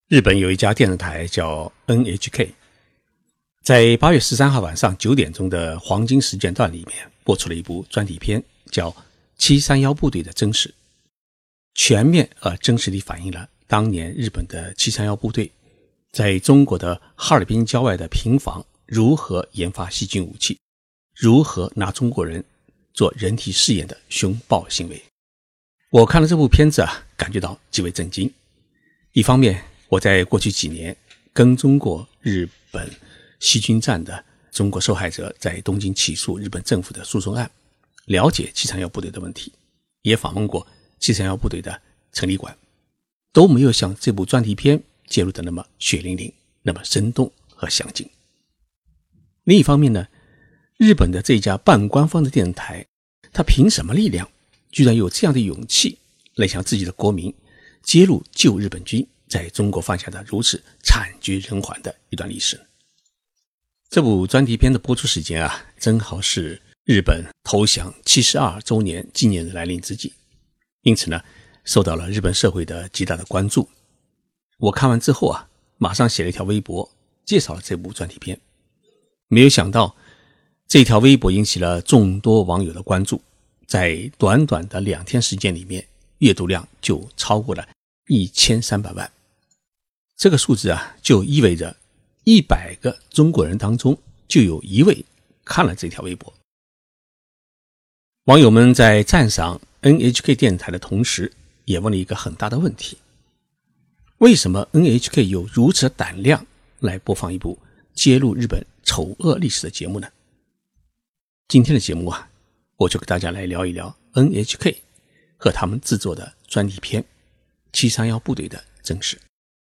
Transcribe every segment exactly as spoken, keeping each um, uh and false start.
日本有一家电视台叫 N H K， 在八月十三号晚上九点钟的黄金时间段里面播出了一部专题片，叫《七三一部队的真实》，全面而真实地反映了当年日本的七三一部队在中国的哈尔滨郊外的平房如何研发细菌武器，如何拿中国人做人体试验的凶暴行为。我看了这部片子啊，感觉到极为震惊。一方面，我在过去几年跟踪过日本细菌战的中国受害者在东京起诉日本政府的诉讼案，了解七三一部队的问题，也访问过七三一部队的成立馆，都没有像这部专题片揭露的那么血淋淋，那么生动和详尽。另一方面呢，日本的这家半官方的电视台，他凭什么力量居然有这样的勇气来向自己的国民揭露旧日本军在中国犯下的如此惨绝人寰的一段历史？这部专题片的播出时间啊，正好是日本投降七十二周年纪念日来临之际，因此呢，受到了日本社会的极大的关注。我看完之后啊，马上写了一条微博，介绍了这部专题片。没有想到，这条微博引起了众多网友的关注，在短短的两天时间里面，阅读量就超过了一千三百万。这个数字啊，就意味着一百个中国人当中就有一位看了这条微博。网友们在赞赏 N H K 电台的同时，也问了一个很大的问题：为什么 N H K 有如此胆量来播放一部揭露日本丑恶历史的节目呢？今天的节目啊，我就给大家来聊一聊 N H K 和他们制作的专题片《七三一部队的真实》。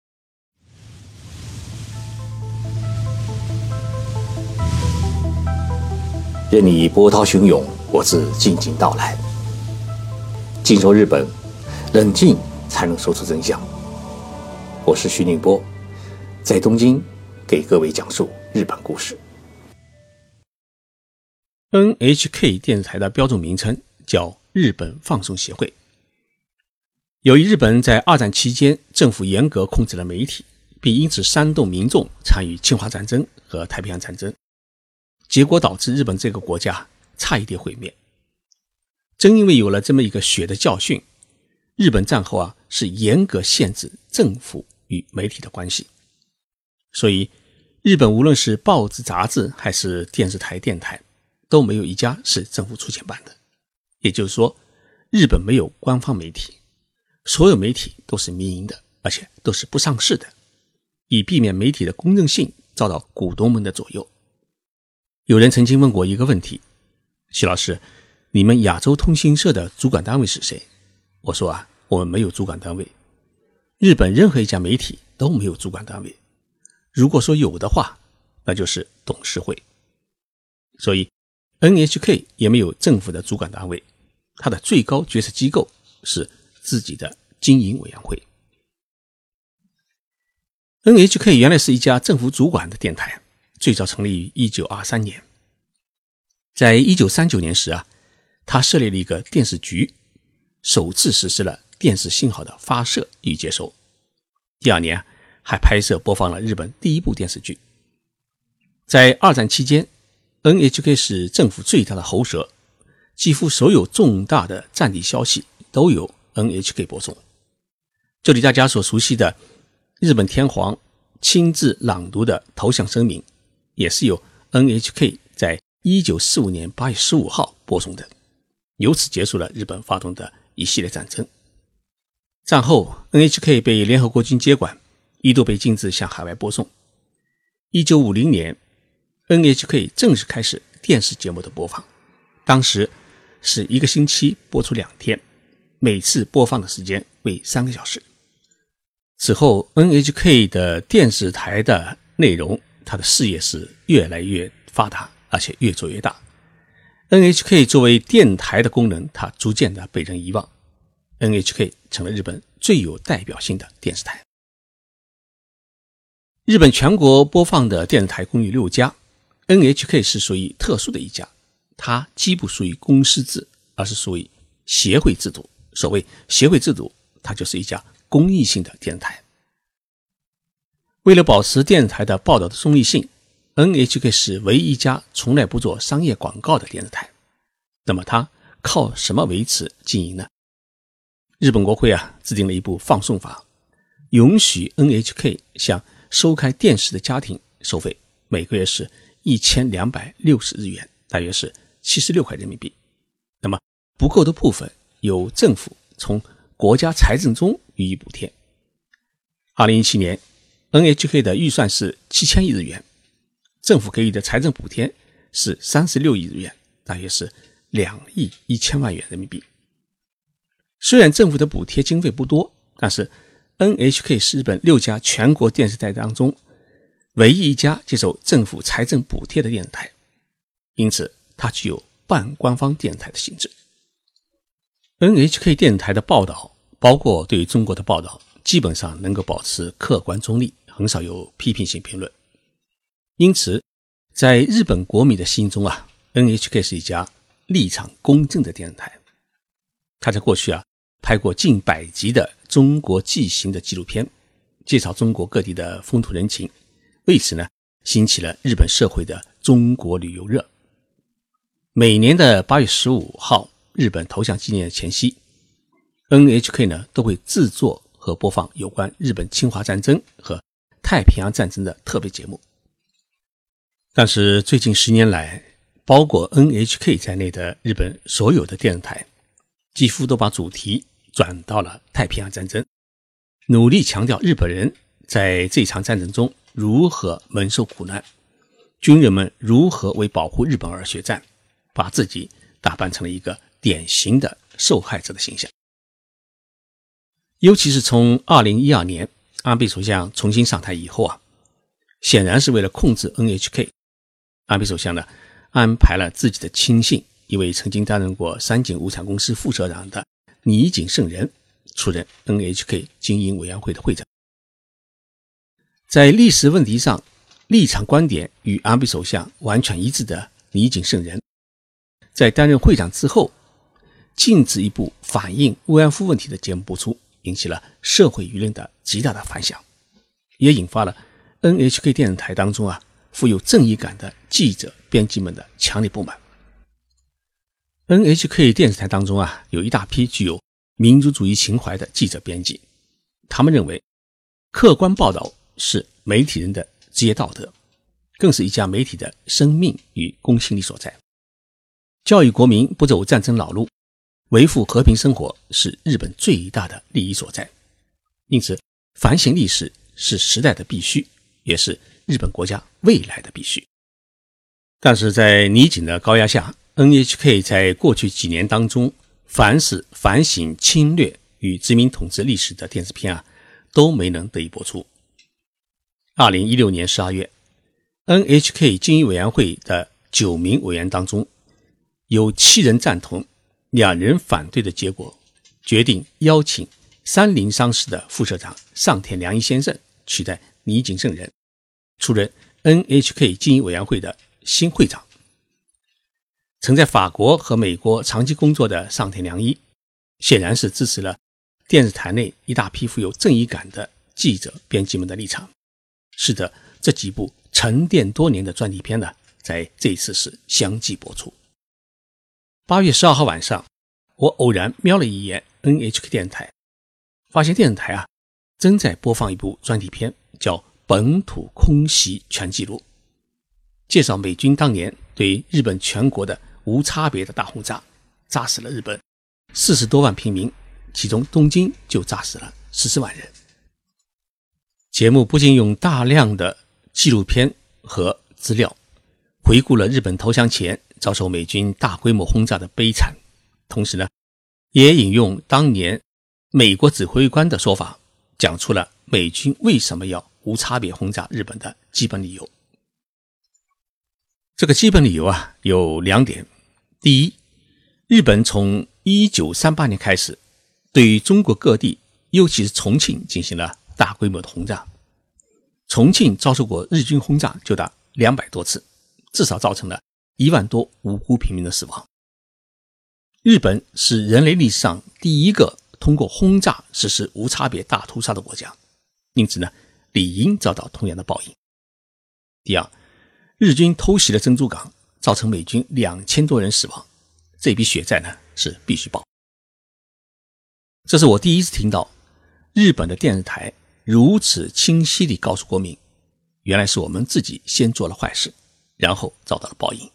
任你波涛汹涌，我自静静到来。静说日本，冷静才能说出真相。我是徐宁波，在东京给各位讲述日本故事。 N H K 电视台的标准名称叫日本放送协会。由于日本在二战期间政府严格控制了媒体，并因此煽动民众参与侵华战争和太平洋战争，结果导致日本这个国家差一点毁灭。正因为有了这么一个血的教训，日本战后啊是严格限制政府与媒体的关系。所以日本无论是报纸杂志还是电视台电台，都没有一家是政府出钱办的。也就是说，日本没有官方媒体，所有媒体都是民营的，而且都是不上市的，以避免媒体的公正性遭到股东们的左右。有人曾经问过一个问题：徐老师，你们亚洲通信社的主管单位是谁？我说啊，我们没有主管单位。日本任何一家媒体都没有主管单位，如果说有的话，那就是董事会。所以 N H K 也没有政府的主管单位，它的最高决策机构是自己的经营委员会。N H K 原来是一家政府主管的电台，最早成立于一九二三年。在一九三九年时啊，他设立了一个电视局，首次实施了电视信号的发射与接收。第二年还拍摄播放了日本第一部电视剧。在二战期间， N H K 是政府最大的喉舌，几乎所有重大的战地消息都由 N H K 播送。这里大家所熟悉的日本天皇亲自朗读的投降声明，也是由 N H K 在一九四五年八月十五号播送的，由此结束了日本发动的一系列战争。战后 N H K 被联合国军接管，一度被禁止向海外播送。一九五零年 N H K 正式开始电视节目的播放，当时是一个星期播出两天，每次播放的时间为三个小时。此后 N H K 的电视台的内容，它的事业是越来越发达，而且越做越大。 N H K 作为电台的功能，它逐渐的被人遗忘， N H K 成了日本最有代表性的电视台。日本全国播放的电视台共有六家， N H K 是属于特殊的一家，它既不属于公司制，而是属于协会制度。所谓协会制度，它就是一家公益性的电视台。 为了保持电视台的报道的中立性， N H K 是唯一一家从来不做商业广告的电视台。那么它靠什么维持经营呢？日本国会啊制定了一部放送法，允许 N H K 向收看电视的家庭收费，每个月是一千两百六十日元，大约是七十六块人民币。那么不够的部分由政府从国家财政中予以补贴。二零一七年 N H K 的预算是七千亿日元，政府给予的财政补贴是三十六亿日元，大约是两亿一千万元人民币。虽然政府的补贴经费不多，但是 N H K 是日本六家全国电视台当中唯一一家接受政府财政补贴的电视台，因此它具有半官方电视台的性质。 N H K 电视台的报道，包括对于中国的报道，基本上能够保持客观中立，很少有批评性评论。因此在日本国民的心中啊 N H K 是一家立场公正的电视台。它在过去啊拍过近百集的中国纪行的纪录片，介绍中国各地的风土人情，为此呢兴起了日本社会的中国旅游热。每年的八月十五号日本投降纪念日前夕， N H K 呢都会制作和播放有关日本侵华战争和太平洋战争的特别节目。但是最近十年来，包括 N H K 在内的日本所有的电视台几乎都把主题转到了太平洋战争，努力强调日本人在这场战争中如何蒙受苦难，军人们如何为保护日本而血战，把自己打扮成了一个典型的受害者的形象。尤其是从二零一二年安倍首相重新上台以后啊，显然是为了控制 N H K， 安倍首相呢安排了自己的亲信，一位曾经担任过三井物产公司副社长的拟井胜人出任 N H K 经营委员会的会长。在历史问题上立场观点与安倍首相完全一致的拟井胜人，在担任会长之后禁止一部反映慰安妇问题的节目播出，引起了社会舆论的极大的反响，也引发了 N H K 电视台当中啊富有正义感的记者编辑们的强烈不满。 N H K 电视台当中啊有一大批具有民族主义情怀的记者编辑，他们认为客观报道是媒体人的职业道德，更是一家媒体的生命与公信力所在。教育国民不走战争老路，维护和平生活是日本最大的利益所在。因此反省历史是时代的必须，也是日本国家未来的必须。但是在拟井的高压下， N H K 在过去几年当中，凡是反省侵略与殖民统治历史的电视片啊，都没能得以播出。二零一六年十二月 N H K 经营委员会的九名委员当中，有七人赞同，两人反对的结果，决定邀请三菱商事的副社长上田良一先生取代拟井胜人，出任 N H K 经营委员会的新会长。曾在法国和美国长期工作的上田良一，显然是支持了电视台内一大批富有正义感的记者编辑们的立场，使得这几部沉淀多年的专题片呢，在这一次是相继播出。八月十二号晚上，我偶然瞄了一眼 N H K 电视台，发现电视台啊正在播放一部专题片，叫《本土空袭全记录》，介绍美军当年对日本全国的无差别的大轰炸，炸死了日本四十多万平民，其中东京就炸死了十四万人。节目不仅用大量的纪录片和资料回顾了日本投降前遭受美军大规模轰炸的悲惨，同时呢，也引用当年美国指挥官的说法，讲出了美军为什么要无差别轰炸日本的基本理由。这个基本理由啊有两点。第一，日本从一九三八年开始，对于中国各地，尤其是重庆进行了大规模的轰炸。重庆遭受过日军轰炸就达两百多次，至少造成了一万多无辜平民的死亡。日本是人类历史上第一个通过轰炸实施无差别大屠杀的国家，因此呢理应遭到同样的报应。第二，日军偷袭了珍珠港，造成美军两千多人死亡，这笔血债呢是必须报。这是我第一次听到日本的电视台如此清晰地告诉国民，原来是我们自己先做了坏事，然后遭到了报应。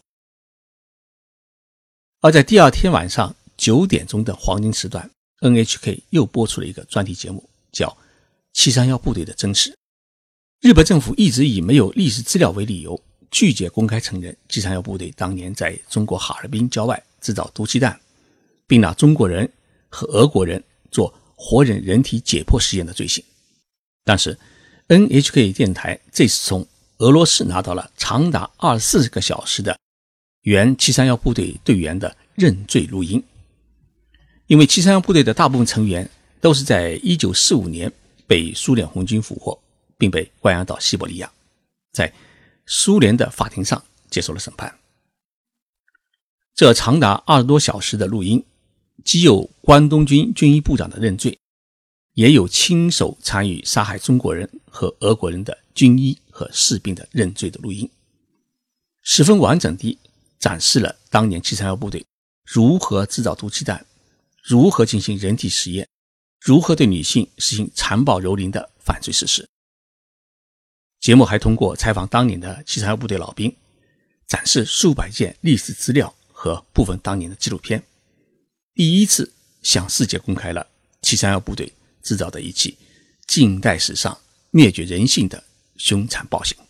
而在第二天晚上九点钟的黄金时段， N H K 又播出了一个专题节目，叫七三一部队的真实。日本政府一直以没有历史资料为理由，拒绝公开承认七三一部队当年在中国哈尔滨郊外制造毒气弹，并拿中国人和俄国人做活人人体解剖实验的罪行。但是 N H K 电台这次从俄罗斯拿到了长达二十四个小时的原七三一部队队员的认罪录音。因为七三一部队的大部分成员都是在一九四五年被苏联红军俘获，并被关押到西伯利亚，在苏联的法庭上接受了审判。这长达二十多小时的录音，既有关东军军医部长的认罪，也有亲手参与杀害中国人和俄国人的军医和士兵的认罪的录音，十分完整地展示了当年七三一部队如何制造毒气弹，如何进行人体实验，如何对女性实行残暴蹂躏的犯罪事实。节目还通过采访当年的七三一部队老兵，展示数百件历史资料和部分当年的纪录片，第一次向世界公开了七三一部队制造的一起近代史上灭绝人性的凶残暴行。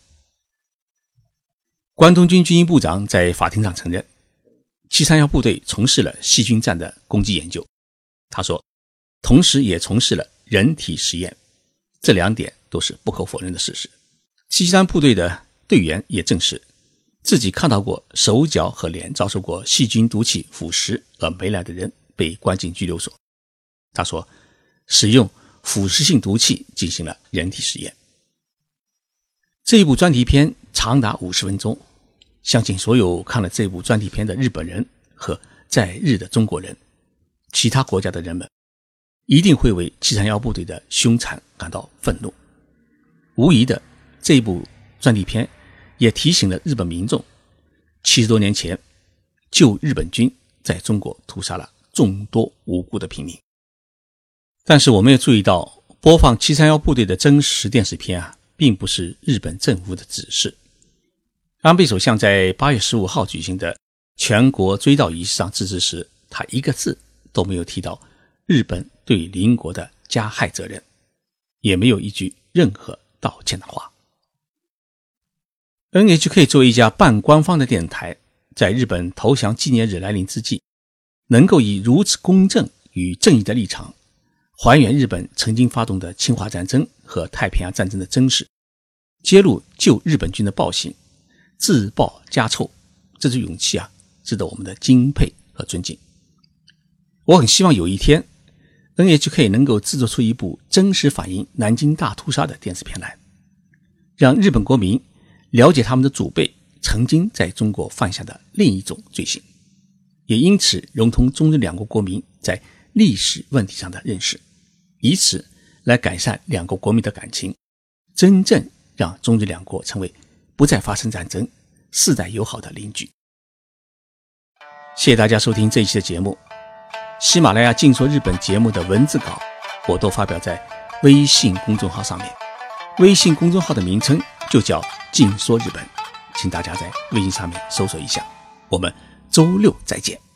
关东军军医部长在法庭上承认，七三一部队从事了细菌战的攻击研究，他说同时也从事了人体实验，这两点都是不可否认的事实。七三一部队的队员也证实自己看到过手脚和脸遭受过细菌毒气腐蚀而没来的人被关进拘留所。他说使用腐蚀性毒气进行了人体实验。这一部专题片长达五十分钟，相信所有看了这部专题片的日本人和在日的中国人，其他国家的人们一定会为七三一部队的凶残感到愤怒。无疑的，这一部专题片也提醒了日本民众，七十多年前旧日本军在中国屠杀了众多无辜的平民。但是我们也注意到，播放七三一部队的真实电视片啊，并不是日本政府的指示。安倍首相在八月十五号举行的全国追悼仪式上致辞时，他一个字都没有提到日本对邻国的加害责任，也没有一句任何道歉的话。N H K 作为一家半官方的电台，在日本投降纪念日来临之际，能够以如此公正与正义的立场还原日本曾经发动的侵华战争和太平洋战争的真实，揭露旧日本军的暴行，自曝家臭，这种勇气啊，值得我们的敬佩和尊敬。我很希望有一天 N H K 能够制作出一部真实反映南京大屠杀的电视片来，让日本国民了解他们的祖辈曾经在中国犯下的另一种罪行，也因此融通中日两国国民在历史问题上的认识，以此来改善两国国民的感情，真正让中日两国成为不再发生战争、世代友好的邻居。谢谢大家收听这一期的节目。喜马拉雅静说日本节目的文字稿我都发表在微信公众号上面，微信公众号的名称就叫静说日本，请大家在微信上面搜索一下。我们周六再见。